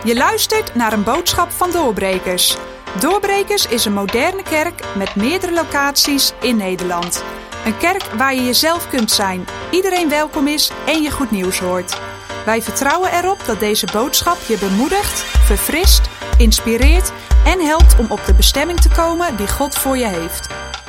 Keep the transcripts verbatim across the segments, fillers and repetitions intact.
Je luistert naar een boodschap van Doorbrekers. Doorbrekers is een moderne kerk met meerdere locaties in Nederland. Een kerk waar je jezelf kunt zijn, iedereen welkom is en je goed nieuws hoort. Wij vertrouwen erop dat deze boodschap je bemoedigt, verfrist, inspireert en helpt om op de bestemming te komen die God voor je heeft.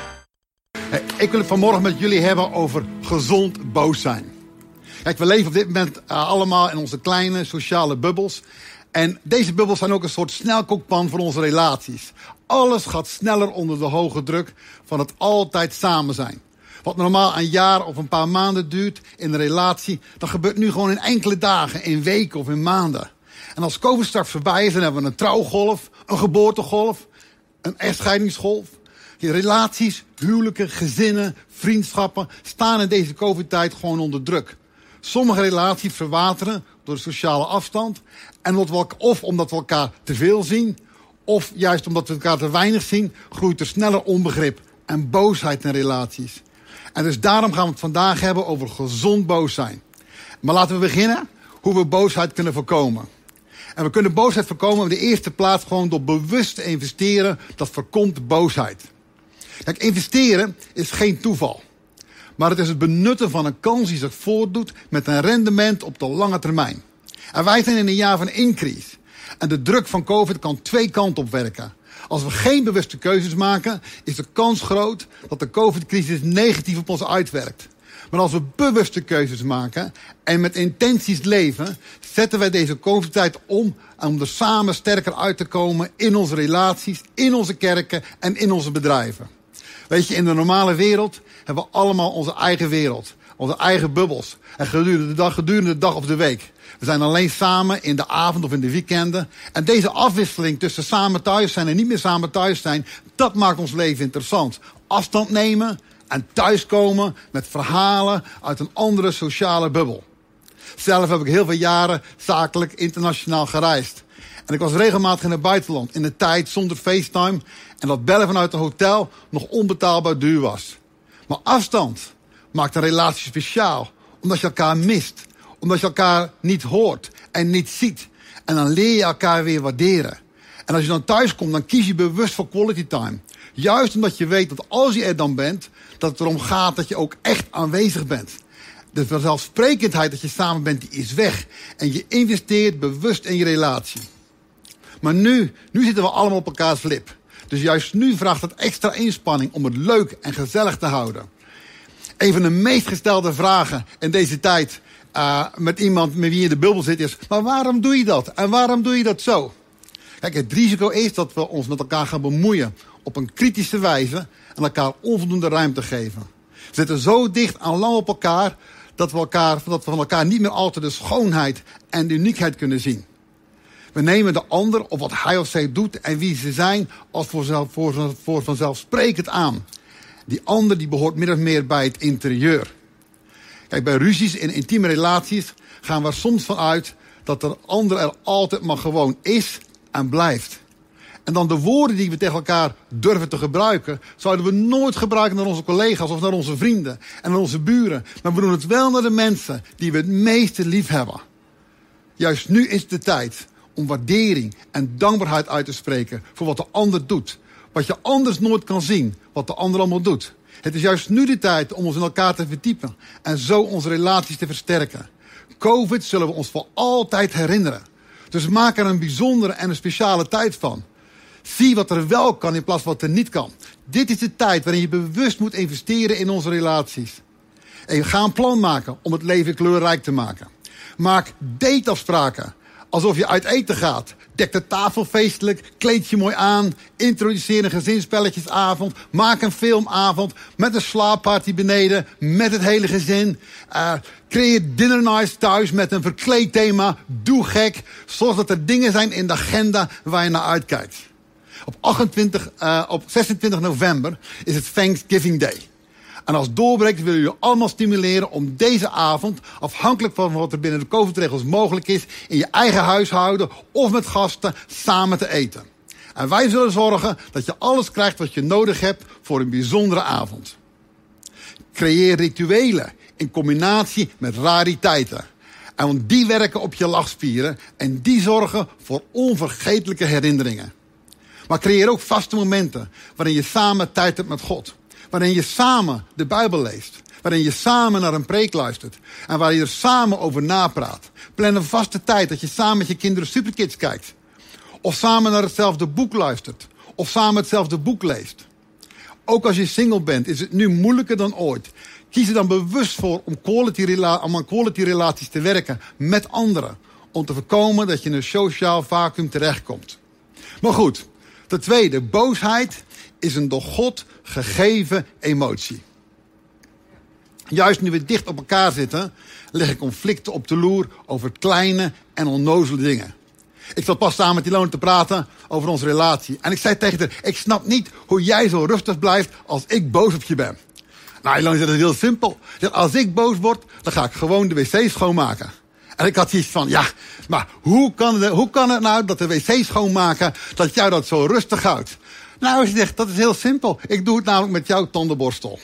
Ik wil het vanmorgen met jullie hebben over gezond boos zijn. Kijk, we leven op dit moment uh, allemaal in onze kleine sociale bubbels. En deze bubbels zijn ook een soort snelkookpan voor onze relaties. Alles gaat sneller onder de hoge druk van het altijd samen zijn. Wat normaal een jaar of een paar maanden duurt in een relatie, dat gebeurt nu gewoon in enkele dagen, in weken of in maanden. En als COVID straks voorbij is, dan hebben we een trouwgolf, een geboortegolf, een echtscheidingsgolf. Je relaties, huwelijken, gezinnen, vriendschappen staan in deze COVID-tijd gewoon onder druk. Sommige relaties verwateren door de sociale afstand. En of omdat we elkaar te veel zien, of juist omdat we elkaar te weinig zien, groeit er sneller onbegrip en boosheid in relaties. En dus daarom gaan we het vandaag hebben over gezond boos zijn. Maar laten we beginnen hoe we boosheid kunnen voorkomen. En we kunnen boosheid voorkomen in de eerste plaats gewoon door bewust te investeren. Dat voorkomt boosheid. Kijk, investeren is geen toeval. Maar het is het benutten van een kans die zich voordoet met een rendement op de lange termijn. En wij zijn in een jaar van increase. En de druk van COVID kan twee kanten op werken. Als we geen bewuste keuzes maken, is de kans groot dat de COVID-crisis negatief op ons uitwerkt. Maar als we bewuste keuzes maken en met intenties leven, zetten wij deze COVID-tijd om om er samen sterker uit te komen in onze relaties, in onze kerken en in onze bedrijven. Weet je, in de normale wereld hebben we allemaal onze eigen wereld. Onze eigen bubbels. En gedurende de dag, gedurende de dag of de week. We zijn alleen samen in de avond of in de weekenden. En deze afwisseling tussen samen thuis zijn en niet meer samen thuis zijn, dat maakt ons leven interessant. Afstand nemen en thuiskomen met verhalen uit een andere sociale bubbel. Zelf heb ik heel veel jaren zakelijk internationaal gereisd. En ik was regelmatig in het buitenland, in een tijd zonder FaceTime. En dat bellen vanuit een hotel nog onbetaalbaar duur was. Maar afstand maakt een relatie speciaal. Omdat je elkaar mist. Omdat je elkaar niet hoort en niet ziet. En dan leer je elkaar weer waarderen. En als je dan thuis komt, dan kies je bewust voor quality time. Juist omdat je weet dat als je er dan bent, dat het erom gaat dat je ook echt aanwezig bent. De vanzelfsprekendheid dat je samen bent, die is weg. En je investeert bewust in je relatie. Maar nu, nu zitten we allemaal op elkaars lip. Dus juist nu vraagt het extra inspanning om het leuk en gezellig te houden. Een van de meest gestelde vragen in deze tijd uh, met iemand met wie je in de bubbel zit is, maar waarom doe je dat? En waarom doe je dat zo? Kijk, het risico is dat we ons met elkaar gaan bemoeien op een kritische wijze en elkaar onvoldoende ruimte geven. We zitten zo dicht en lang op elkaar dat we, elkaar, dat we van elkaar niet meer altijd de schoonheid en de uniekheid kunnen zien. We nemen de ander of wat hij of zij doet en wie ze zijn als voor, voor, voor vanzelfsprekend aan. Die ander die behoort min of meer bij het interieur. Kijk, bij ruzies in intieme relaties gaan we er soms van uit dat de ander er altijd maar gewoon is en blijft. En dan de woorden die we tegen elkaar durven te gebruiken, zouden we nooit gebruiken naar onze collega's of naar onze vrienden en naar onze buren. Maar we doen het wel naar de mensen die we het meeste lief hebben. Juist nu is de tijd om waardering en dankbaarheid uit te spreken voor wat de ander doet. Wat je anders nooit kan zien, wat de ander allemaal doet. Het is juist nu de tijd om ons in elkaar te verdiepen en zo onze relaties te versterken. COVID zullen we ons voor altijd herinneren. Dus maak er een bijzondere en een speciale tijd van. Zie wat er wel kan in plaats van wat er niet kan. Dit is de tijd waarin je bewust moet investeren in onze relaties. En ga een plan maken om het leven kleurrijk te maken. Maak dateafspraken. Alsof je uit eten gaat. Dek de tafel feestelijk, kleed je mooi aan. Introduceer een gezinsspelletjesavond. Maak een filmavond met een slaapparty beneden. Met het hele gezin. Uh, creëer dinner nights thuis met een verkleedthema. Doe gek. Zorg dat er dingen zijn in de agenda waar je naar uitkijkt. Op, achtentwintig, uh, op zesentwintig november is het Thanksgiving Day. En als doorbrekers willen we jullie allemaal stimuleren om deze avond, afhankelijk van wat er binnen de COVID-regels mogelijk is, in je eigen huishouden of met gasten samen te eten. En wij zullen zorgen dat je alles krijgt wat je nodig hebt voor een bijzondere avond. Creëer rituelen in combinatie met rariteiten. En want die werken op je lachspieren en die zorgen voor onvergetelijke herinneringen. Maar creëer ook vaste momenten waarin je samen tijd hebt met God. Waarin je samen de Bijbel leest. Waarin je samen naar een preek luistert. En waar je er samen over napraat. Plan een vaste tijd dat je samen met je kinderen Superkids kijkt. Of samen naar hetzelfde boek luistert. Of samen hetzelfde boek leest. Ook als je single bent is het nu moeilijker dan ooit. Kies er dan bewust voor om, quality rela- om aan quality relaties te werken met anderen. Om te voorkomen dat je in een sociaal vacuüm terechtkomt. Maar goed, ten tweede, boosheid is een door God gegeven emotie. Juist nu we dicht op elkaar zitten, leggen conflicten op de loer over kleine en onnozele dingen. Ik zat pas samen met Ilona te praten over onze relatie. En ik zei tegen haar, ik snap niet hoe jij zo rustig blijft als ik boos op je ben. Nou, Ilona zei, dat is heel simpel. Zegt, als ik boos word, dan ga ik gewoon de wc schoonmaken. En ik had zoiets van, ja, maar hoe kan, het, hoe kan het nou dat de wc schoonmaken, dat jou dat zo rustig houdt? Nou, ze zegt, dat is heel simpel. Ik doe het namelijk met jouw tandenborstel.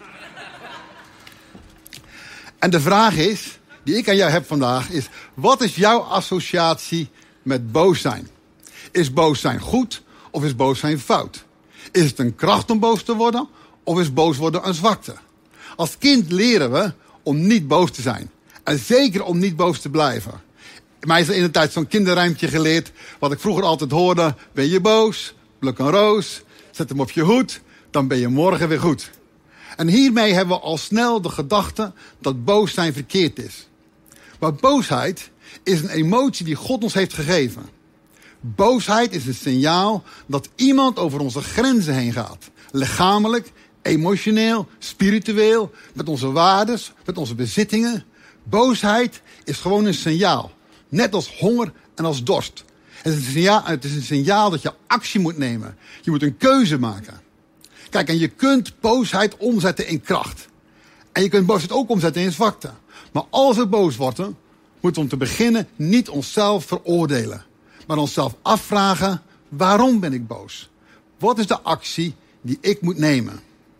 En de vraag is, die ik aan jou heb vandaag, is, wat is jouw associatie met boos zijn? Is boos zijn goed of is boos zijn fout? Is het een kracht om boos te worden of is boos worden een zwakte? Als kind leren we om niet boos te zijn. En zeker om niet boos te blijven. Mij is er in de tijd zo'n kinderrijmpje geleerd, wat ik vroeger altijd hoorde. Ben je boos? Pluk een roos. Zet hem op je hoed. Dan ben je morgen weer goed. En hiermee hebben we al snel de gedachte dat boos zijn verkeerd is. Maar boosheid is een emotie die God ons heeft gegeven. Boosheid is een signaal dat iemand over onze grenzen heen gaat. Lichamelijk, emotioneel, spiritueel, met onze waardes, met onze bezittingen. Boosheid is gewoon een signaal. Net als honger en als dorst. Het is een signaal, het is een signaal dat je actie moet nemen. Je moet een keuze maken. Kijk, en je kunt boosheid omzetten in kracht. En je kunt boosheid ook omzetten in zwakte. Maar als we boos worden, moeten we om te beginnen niet onszelf veroordelen. Maar onszelf afvragen, waarom ben ik boos? Wat is de actie die ik moet nemen?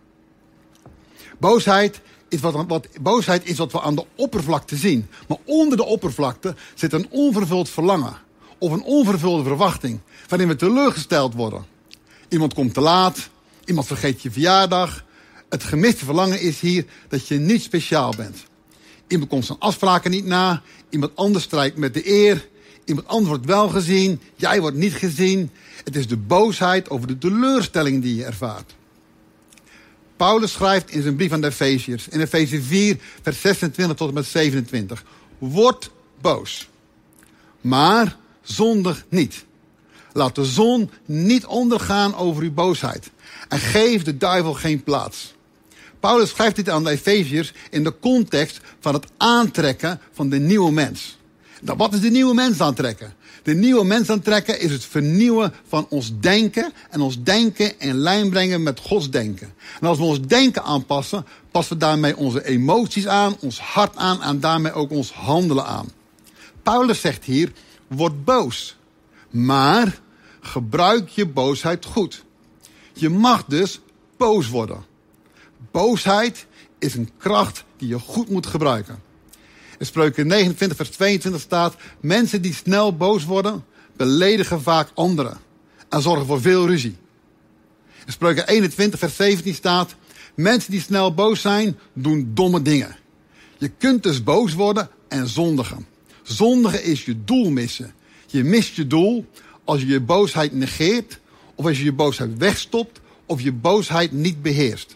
Boosheid is wat, wat, boosheid is wat we aan de oppervlakte zien. Maar onder de oppervlakte zit een onvervuld verlangen. Of een onvervulde verwachting. Waarin we teleurgesteld worden. Iemand komt te laat. Iemand vergeet je verjaardag. Het gemiste verlangen is hier dat je niet speciaal bent. Iemand komt zijn afspraken niet na. Iemand anders strijdt met de eer. Iemand anders wordt wel gezien. Jij wordt niet gezien. Het is de boosheid over de teleurstelling die je ervaart. Paulus schrijft in zijn brief aan de Efeziërs. In Efeze vier, vers zesentwintig tot en met zevenentwintig. Word boos. Maar zondig niet. Laat de zon niet ondergaan over uw boosheid. En geef de duivel geen plaats. Paulus schrijft dit aan de Efeziërs in de context van het aantrekken van de nieuwe mens. Nou, wat is de nieuwe mens aantrekken? De nieuwe mens aantrekken is het vernieuwen van ons denken. En ons denken in lijn brengen met Gods denken. En als we ons denken aanpassen, passen we daarmee onze emoties aan, ons hart aan en daarmee ook ons handelen aan. Paulus zegt hier, word boos. Maar gebruik je boosheid goed. Je mag dus boos worden. Boosheid is een kracht die je goed moet gebruiken. In Spreuken negenentwintig vers tweeëntwintig staat, mensen die snel boos worden, beledigen vaak anderen. En zorgen voor veel ruzie. In Spreuken eenentwintig vers zeventien staat, mensen die snel boos zijn, doen domme dingen. Je kunt dus boos worden en zondigen. Zondigen is je doel missen. Je mist je doel als je je boosheid negeert, of als je je boosheid wegstopt, of je boosheid niet beheerst.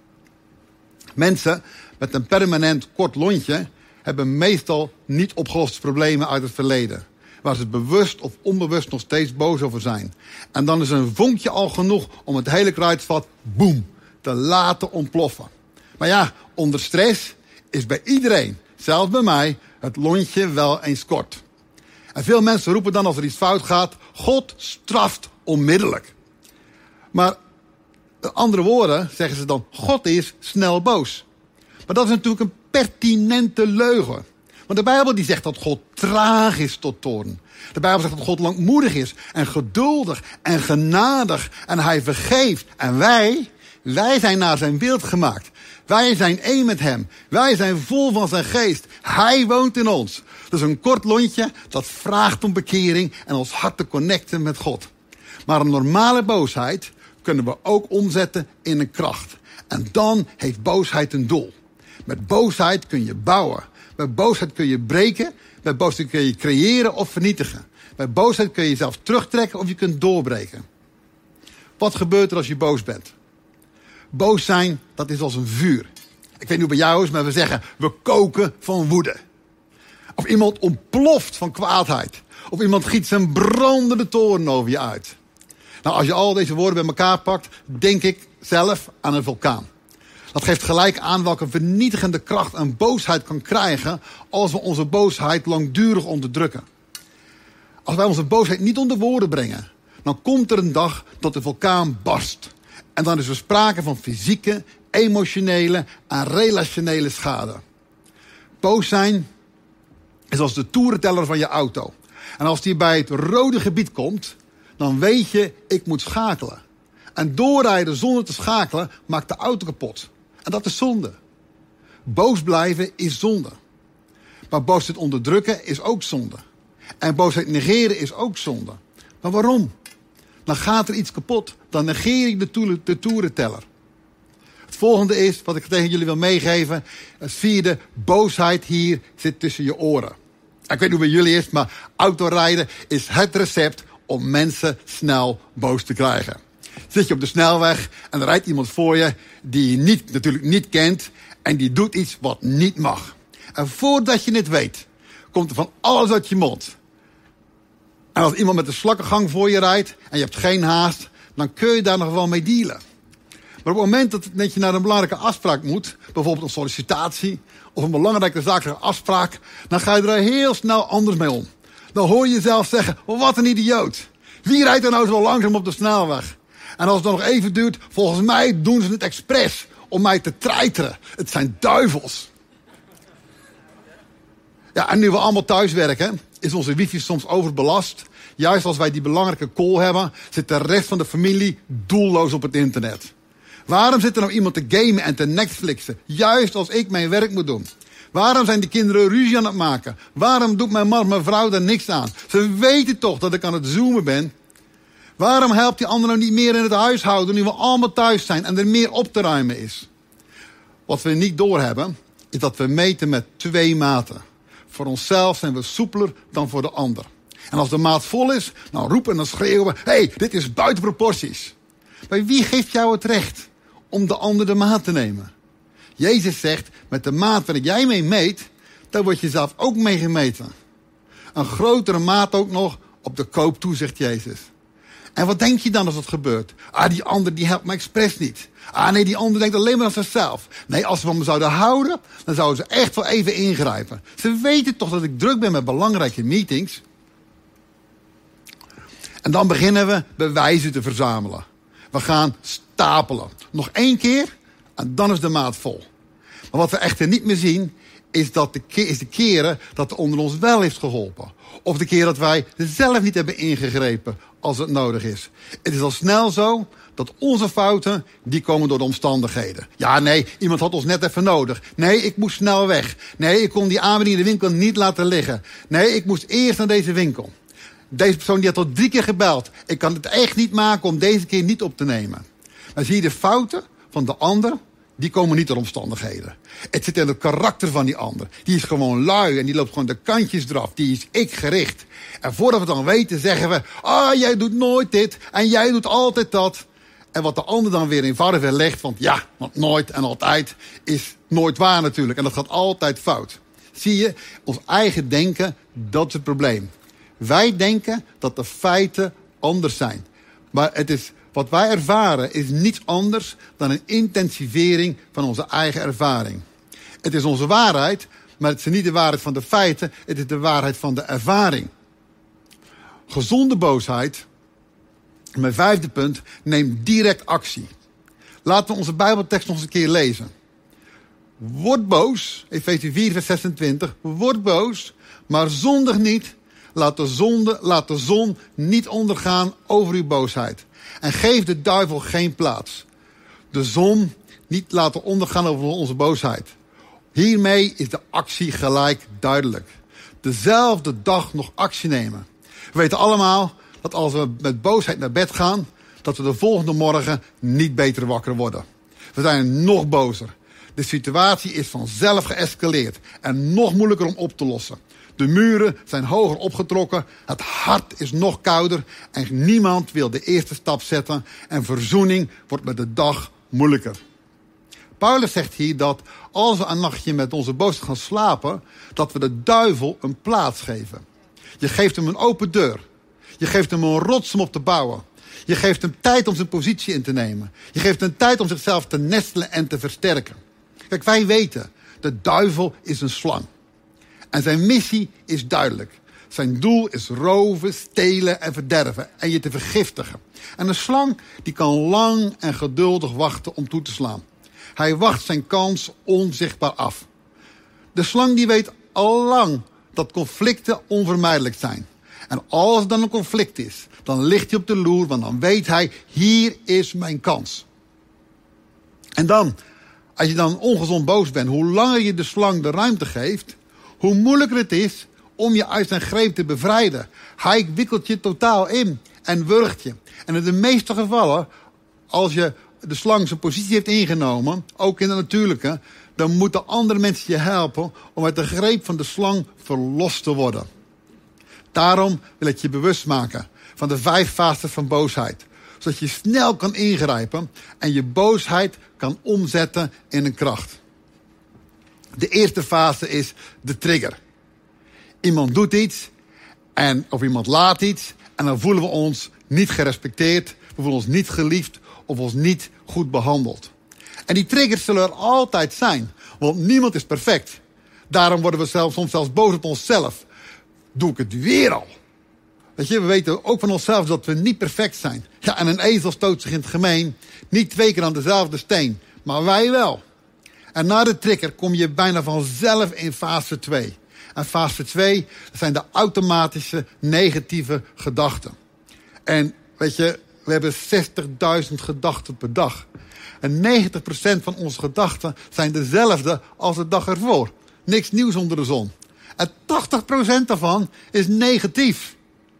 Mensen met een permanent kort lontje hebben meestal niet opgeloste problemen uit het verleden. Waar ze bewust of onbewust nog steeds boos over zijn. En dan is een vonkje al genoeg om het hele kruidvat, boem, te laten ontploffen. Maar ja, onder stress is bij iedereen, zelfs bij mij, het lontje wel eens kort. En veel mensen roepen dan als er iets fout gaat, God straft onmiddellijk. Maar in andere woorden zeggen ze dan, God is snel boos. Maar dat is natuurlijk een pertinente leugen. Want de Bijbel die zegt dat God traag is tot toorn. De Bijbel zegt dat God langmoedig is en geduldig en genadig en hij vergeeft. En wij, wij zijn naar zijn beeld gemaakt. Wij zijn één met hem. Wij zijn vol van zijn geest. Hij woont in ons. is een kort lontje dat vraagt om bekering en ons hart te connecten met God. Maar een normale boosheid kunnen we ook omzetten in een kracht. En dan heeft boosheid een doel. Met boosheid kun je bouwen. Met boosheid kun je breken. Met boosheid kun je creëren of vernietigen. Met boosheid kun je jezelf terugtrekken of je kunt doorbreken. Wat gebeurt er als je boos bent? Boos zijn, dat is als een vuur. Ik weet niet hoe bij jou is, maar we zeggen, we koken van woede. Of iemand ontploft van kwaadheid. Of iemand giet zijn brandende toorn over je uit. Nou, als je al deze woorden bij elkaar pakt, denk ik zelf aan een vulkaan. Dat geeft gelijk aan welke vernietigende kracht een boosheid kan krijgen als we onze boosheid langdurig onderdrukken. Als wij onze boosheid niet onder woorden brengen, dan komt er een dag dat de vulkaan barst. En dan is er sprake van fysieke, emotionele en relationele schade. Boos zijn is als de toerenteller van je auto. En als die bij het rode gebied komt, dan weet je, ik moet schakelen. En doorrijden zonder te schakelen maakt de auto kapot. En dat is zonde. Boos blijven is zonde. Maar boosheid onderdrukken is ook zonde. En boosheid negeren is ook zonde. Maar waarom? Dan gaat er iets kapot. Dan negeer ik de, toer, de toerenteller. Het volgende is, wat ik tegen jullie wil meegeven. Het vierde, boosheid hier zit tussen je oren. Ik weet niet hoe bij jullie is, maar autorijden is het recept om mensen snel boos te krijgen. Zit je op de snelweg en er rijdt iemand voor je die je niet, natuurlijk niet kent. En die doet iets wat niet mag. En voordat je het weet, komt er van alles uit je mond. En als iemand met een slakkengang voor je rijdt en je hebt geen haast, dan kun je daar nog wel mee dealen. Maar op het moment dat, dat je naar een belangrijke afspraak moet, bijvoorbeeld een sollicitatie of een belangrijke zakelijke afspraak, dan ga je er heel snel anders mee om. Dan hoor je jezelf zeggen, wat een idioot. Wie rijdt er nou zo langzaam op de snelweg? En als het dan nog even duurt, volgens mij doen ze het expres om mij te treiteren. Het zijn duivels. Ja, en nu we allemaal thuis werken, is onze wifi soms overbelast. Juist als wij die belangrijke call hebben, zit de rest van de familie doelloos op het internet. Waarom zit er nou iemand te gamen en te Netflixen? Juist als ik mijn werk moet doen. Waarom zijn die kinderen ruzie aan het maken? Waarom doet mijn man, mijn vrouw daar niks aan? Ze weten toch dat ik aan het zoomen ben. Waarom helpt die ander nou niet meer in het huishouden nu we allemaal thuis zijn en er meer op te ruimen is? Wat we niet doorhebben, is dat we meten met twee maten. Voor onszelf zijn we soepeler dan voor de ander. En als de maat vol is, dan roepen en dan schreeuwen we, hé, hey, dit is buiten proporties. Maar wie geeft jou het recht om de ander de maat te nemen? Jezus zegt, met de maat waar jij mee meet, daar word je zelf ook mee gemeten. Een grotere maat ook nog op de koop toe, zegt Jezus. En wat denk je dan als dat gebeurt? Ah, die ander die helpt me expres niet. Ah nee, die ander denkt alleen maar aan zichzelf. Nee, als ze van me zouden houden, dan zouden ze echt wel even ingrijpen. Ze weten toch dat ik druk ben met belangrijke meetings. En dan beginnen we bewijzen te verzamelen. We gaan stapelen. Nog één keer en dan is de maat vol. Maar wat we echter niet meer zien, is, dat de, ke- is de keren dat de onder ons wel heeft geholpen. Of de keer dat wij zelf niet hebben ingegrepen als het nodig is. Het is al snel zo dat onze fouten, die komen door de omstandigheden. Ja, nee, iemand had ons net even nodig. Nee, ik moest snel weg. Nee, ik kon die aanbieding in de winkel niet laten liggen. Nee, ik moest eerst naar deze winkel. Deze persoon die had al drie keer gebeld. Ik kan het echt niet maken om deze keer niet op te nemen. Maar zie je de fouten van de ander, die komen niet door omstandigheden. Het zit in het karakter van die ander. Die is gewoon lui en die loopt gewoon de kantjes eraf. Die is ik gericht. En voordat we het dan weten zeggen we, ah, jij doet nooit dit en jij doet altijd dat. En wat de ander dan weer eenvoudig weer legt, want ja, want nooit en altijd is nooit waar natuurlijk. En dat gaat altijd fout. Zie je, ons eigen denken, dat is het probleem. Wij denken dat de feiten anders zijn. Maar het is, wat wij ervaren is niets anders dan een intensivering van onze eigen ervaring. Het is onze waarheid, maar het is niet de waarheid van de feiten. Het is de waarheid van de ervaring. Gezonde boosheid, mijn vijfde punt, neemt direct actie. Laten we onze Bijbeltekst nog eens een keer lezen. Word boos, Efeze vier vers zesentwintig. Word boos, maar zondig niet. Laat de, zonde, laat de zon niet ondergaan over uw boosheid. En geef de duivel geen plaats. De zon niet laten ondergaan over onze boosheid. Hiermee is de actie gelijk duidelijk. dezelfde dag nog actie nemen. We weten allemaal dat als we met boosheid naar bed gaan, dat we de volgende morgen niet beter wakker worden. We zijn nog bozer. De situatie is vanzelf geëscaleerd en nog moeilijker om op te lossen. De muren zijn hoger opgetrokken, het hart is nog kouder en niemand wil de eerste stap zetten en verzoening wordt met de dag moeilijker. Paulus zegt hier dat als we een nachtje met onze boosheid gaan slapen, dat we de duivel een plaats geven. Je geeft hem een open deur. Je geeft hem een rots om op te bouwen. Je geeft hem tijd om zijn positie in te nemen. Je geeft hem tijd om zichzelf te nestelen en te versterken. Kijk, wij weten, de duivel is een slang. En zijn missie is duidelijk. Zijn doel is roven, stelen en verderven en je te vergiftigen. En een slang die kan lang en geduldig wachten om toe te slaan. Hij wacht zijn kans onzichtbaar af. De slang die weet al lang dat conflicten onvermijdelijk zijn. En als er dan een conflict is, dan ligt hij op de loer, want dan weet hij, hier is mijn kans. En dan, als je dan ongezond boos bent, hoe langer je de slang de ruimte geeft, hoe moeilijker het is om je uit zijn greep te bevrijden. Hij wikkelt je totaal in en wurgt je. En in de meeste gevallen, als je de slang zijn positie heeft ingenomen, ook in de natuurlijke, dan moeten andere mensen je helpen om uit de greep van de slang verlost te worden. Daarom wil ik je bewust maken van de vijf fases van boosheid. Zodat je snel kan ingrijpen en je boosheid kan omzetten in een kracht. De eerste fase is de trigger. Iemand doet iets en, of iemand laat iets en dan voelen we ons niet gerespecteerd, we voelen ons niet geliefd of ons niet goed behandeld. En die triggers zullen er altijd zijn, want niemand is perfect. Daarom worden we zelfs, soms zelfs boos op onszelf. Doe ik het weer al? Weet je, we weten ook van onszelf dat we niet perfect zijn. Ja, en een ezel stoot zich in het gemeen niet twee keer aan dezelfde steen, maar wij wel. En na de trigger kom je bijna vanzelf in fase twee. En fase twee, dat zijn de automatische negatieve gedachten. En weet je, we hebben zestigduizend gedachten per dag. En negentig procent van onze gedachten zijn dezelfde als de dag ervoor. Niks nieuws onder de zon. En tachtig procent daarvan is negatief.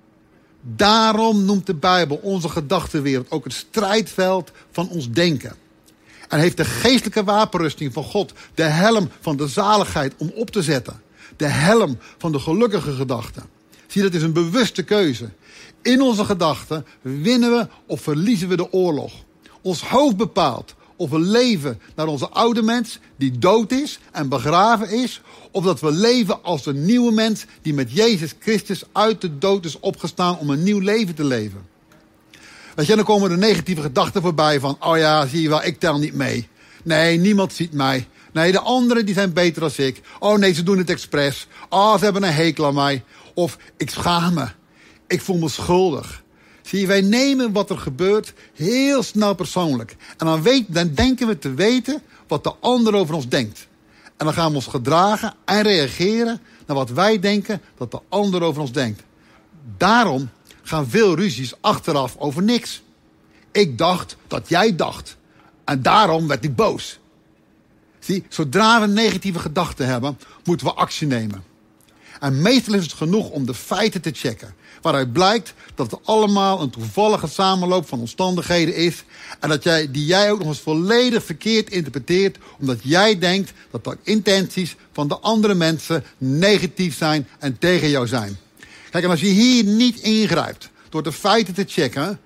Daarom noemt de Bijbel onze gedachtenwereld ook het strijdveld van ons denken. En heeft de geestelijke wapenrusting van God, de helm van de zaligheid om op te zetten. De helm van de gelukkige gedachten. Zie, dat is een bewuste keuze. In onze gedachten winnen we of verliezen we de oorlog. Ons hoofd bepaalt of we leven naar onze oude mens die dood is en begraven is, of dat we leven als een nieuwe mens die met Jezus Christus uit de dood is opgestaan om een nieuw leven te leven. Weet je, dan komen de negatieve gedachten voorbij van, oh ja, zie je wel, ik tel niet mee. Nee, niemand ziet mij. Nee, de anderen die zijn beter dan ik. Oh nee, ze doen het expres. Oh, ze hebben een hekel aan mij. Of, ik schaam me. Ik voel me schuldig. Zie je, wij nemen wat er gebeurt heel snel persoonlijk. En dan, weet, dan denken we te weten wat de ander over ons denkt. En dan gaan we ons gedragen en reageren naar wat wij denken dat de ander over ons denkt. Daarom gaan veel ruzies achteraf over niks. Ik dacht dat jij dacht. En daarom werd ik boos. Zie, zodra we negatieve gedachten hebben, moeten we actie nemen. En meestal is het genoeg om de feiten te checken. Waaruit blijkt dat het allemaal een toevallige samenloop van omstandigheden is. En dat jij, die jij ook nog eens volledig verkeerd interpreteert. Omdat jij denkt dat de intenties van de andere mensen negatief zijn en tegen jou zijn. Kijk, en als je hier niet ingrijpt door de feiten te checken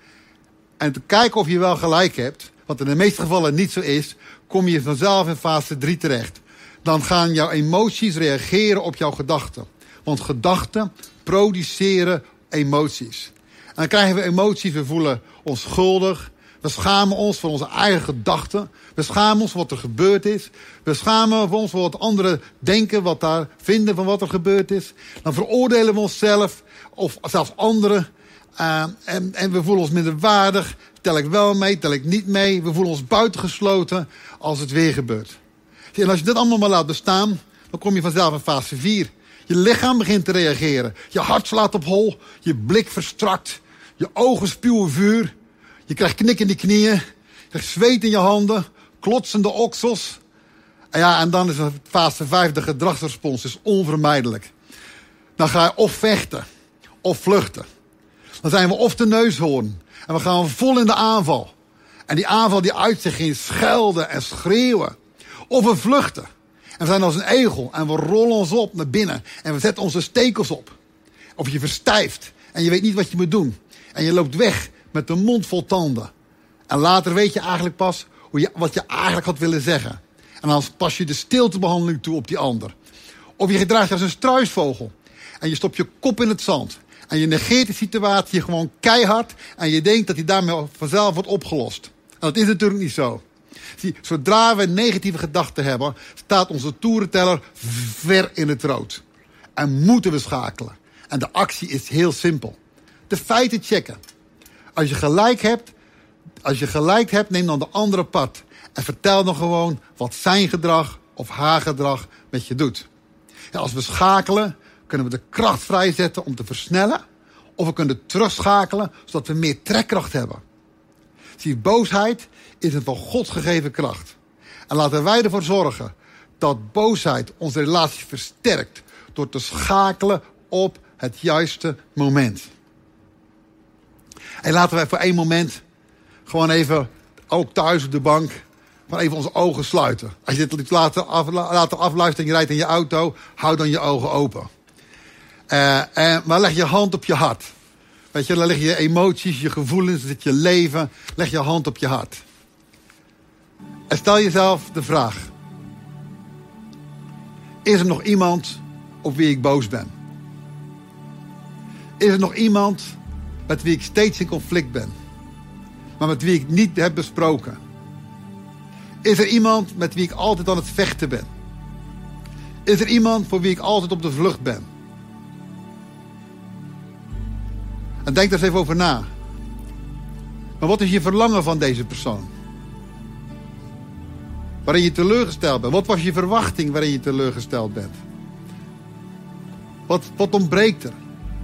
en te kijken of je wel gelijk hebt, wat in de meeste gevallen niet zo is, kom je vanzelf in fase drie terecht. Dan gaan jouw emoties reageren op jouw gedachten. Want gedachten produceren emoties. En dan krijgen we emoties, we voelen ons schuldig. We schamen ons voor onze eigen gedachten. We schamen ons voor wat er gebeurd is. We schamen ons voor wat anderen denken, wat daar vinden van wat er gebeurd is. Dan veroordelen we onszelf of zelfs anderen. Uh, en, en we voelen ons minder waardig. Tel ik wel mee, tel ik niet mee. We voelen ons buitengesloten als het weer gebeurt. En als je dit allemaal maar laat bestaan, dan kom je vanzelf in fase vier. Je lichaam begint te reageren. Je hart slaat op hol. Je blik verstrakt. Je ogen spuwen vuur. Je krijgt knik in die knieën. Je krijgt zweet in je handen. Klotsende oksels. En ja, en dan is fase vijf, de gedragsrespons, is onvermijdelijk. dan ga je of vechten of vluchten. Dan zijn we of de neushoorn en we gaan vol in de aanval. En die aanval die uit zich in schelden en schreeuwen. Of we vluchten. En we zijn als een egel en we rollen ons op naar binnen. En we zetten onze stekels op. Of je verstijft en je weet niet wat je moet doen. En je loopt weg met de mond vol tanden. En later weet je eigenlijk pas hoe je, wat je eigenlijk had willen zeggen. En dan pas je de stiltebehandeling toe op die ander. Of je gedraagt je als een struisvogel. En je stopt je kop in het zand. En je negeert de situatie gewoon keihard. En je denkt dat die daarmee vanzelf wordt opgelost. En dat is natuurlijk niet zo. Zie, zodra we negatieve gedachten hebben, staat onze toerenteller ver in het rood. En moeten we schakelen. En de actie is heel simpel. De feiten checken. Als je gelijk hebt, als je gelijk hebt, neem dan de andere pad. En vertel dan gewoon wat zijn gedrag of haar gedrag met je doet. Ja, als we schakelen, kunnen we de kracht vrijzetten om te versnellen. Of we kunnen terugschakelen, zodat we meer trekkracht hebben. Zie, boosheid is een van God gegeven kracht. En laten wij ervoor zorgen dat boosheid onze relatie versterkt. Door te schakelen op het juiste moment. En laten wij voor één moment gewoon even, ook thuis op de bank, gewoon even onze ogen sluiten. Als je dit later, af, later afluistert en je rijdt in je auto, hou dan je ogen open. Uh, en, maar leg je hand op je hart. Weet je, dan leg je je emoties, je gevoelens, je leven, leg je hand op je hart. En stel jezelf de vraag. Is er nog iemand op wie ik boos ben? Is er nog iemand met wie ik steeds in conflict ben, maar met wie ik niet heb besproken? Is er iemand met wie ik altijd aan het vechten ben? Is er iemand voor wie ik altijd op de vlucht ben? En denk daar eens even over na. Maar wat is je verlangen van deze persoon? Waarin je teleurgesteld bent. Wat was je verwachting waarin je teleurgesteld bent? Wat, wat ontbreekt er?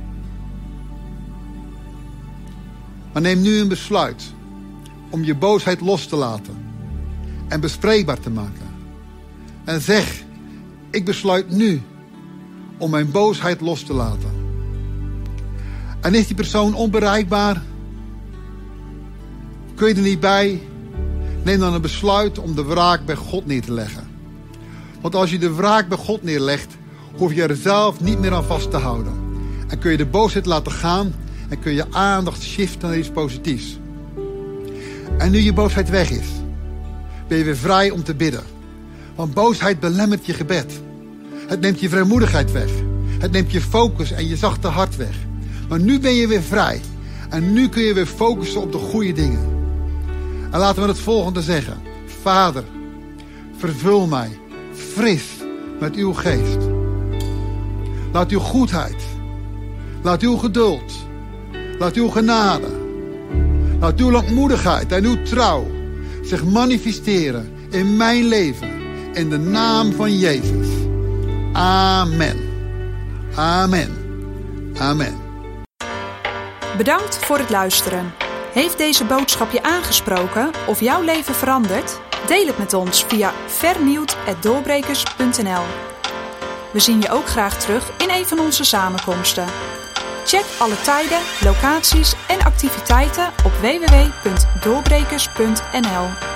Maar neem nu een besluit om je boosheid los te laten en bespreekbaar te maken. En zeg, ik besluit nu om mijn boosheid los te laten. En is die persoon onbereikbaar? Kun je er niet bij? Neem dan een besluit om de wraak bij God neer te leggen. Want als je de wraak bij God neerlegt, hoef je er zelf niet meer aan vast te houden. En kun je de boosheid laten gaan en kun je aandacht shiften naar iets positiefs. En nu je boosheid weg is, ben je weer vrij om te bidden. Want boosheid belemmert je gebed. Het neemt je vrijmoedigheid weg. Het neemt je focus en je zachte hart weg. Maar nu ben je weer vrij. En nu kun je weer focussen op de goede dingen. En laten we het volgende zeggen. Vader, vervul mij fris met uw geest. Laat uw goedheid, laat uw geduld, laat uw genade, laat uw langmoedigheid en uw trouw zich manifesteren in mijn leven. In de naam van Jezus. Amen. Amen. Amen. Bedankt voor het luisteren. Heeft deze boodschap je aangesproken of jouw leven veranderd? Deel het met ons via vernieuwd apenstaartje doorbrekers punt n l. We zien je ook graag terug in een van onze samenkomsten. Check alle tijden, locaties en activiteiten op w w w punt doorbrekers punt n l.